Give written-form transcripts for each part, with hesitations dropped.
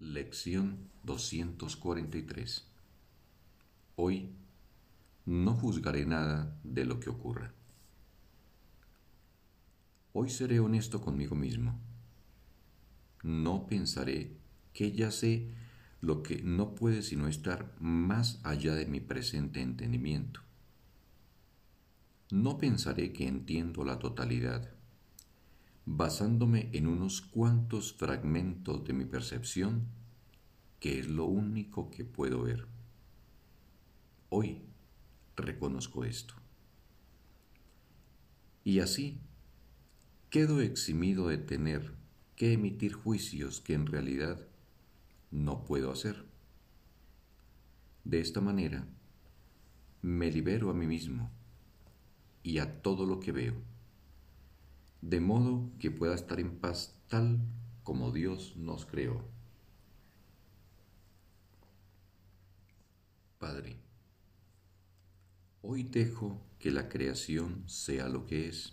Lección 243. Hoy no juzgaré nada de lo que ocurra. Hoy seré honesto conmigo mismo. No pensaré que ya sé lo que no puede sino estar más allá de mi presente entendimiento. No pensaré que entiendo la totalidad, basándome en unos cuantos fragmentos de mi percepción, que es lo único que puedo ver. Hoy reconozco esto. Y así quedo eximido de tener que emitir juicios que en realidad no puedo hacer. De esta manera, me libero a mí mismo y a todo lo que veo, de modo que pueda estar en paz tal como Dios nos creó. Padre, hoy dejo que la creación sea lo que es.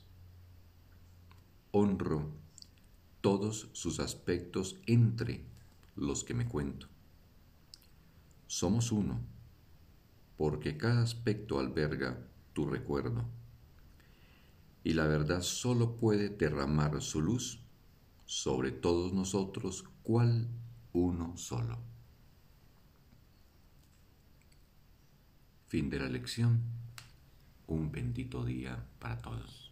Honro todos sus aspectos entre los que me cuento. Somos uno, porque cada aspecto alberga tu recuerdo, y la verdad solo puede derramar su luz sobre todos nosotros cual uno solo. Fin de la lección. Un bendito día para todos.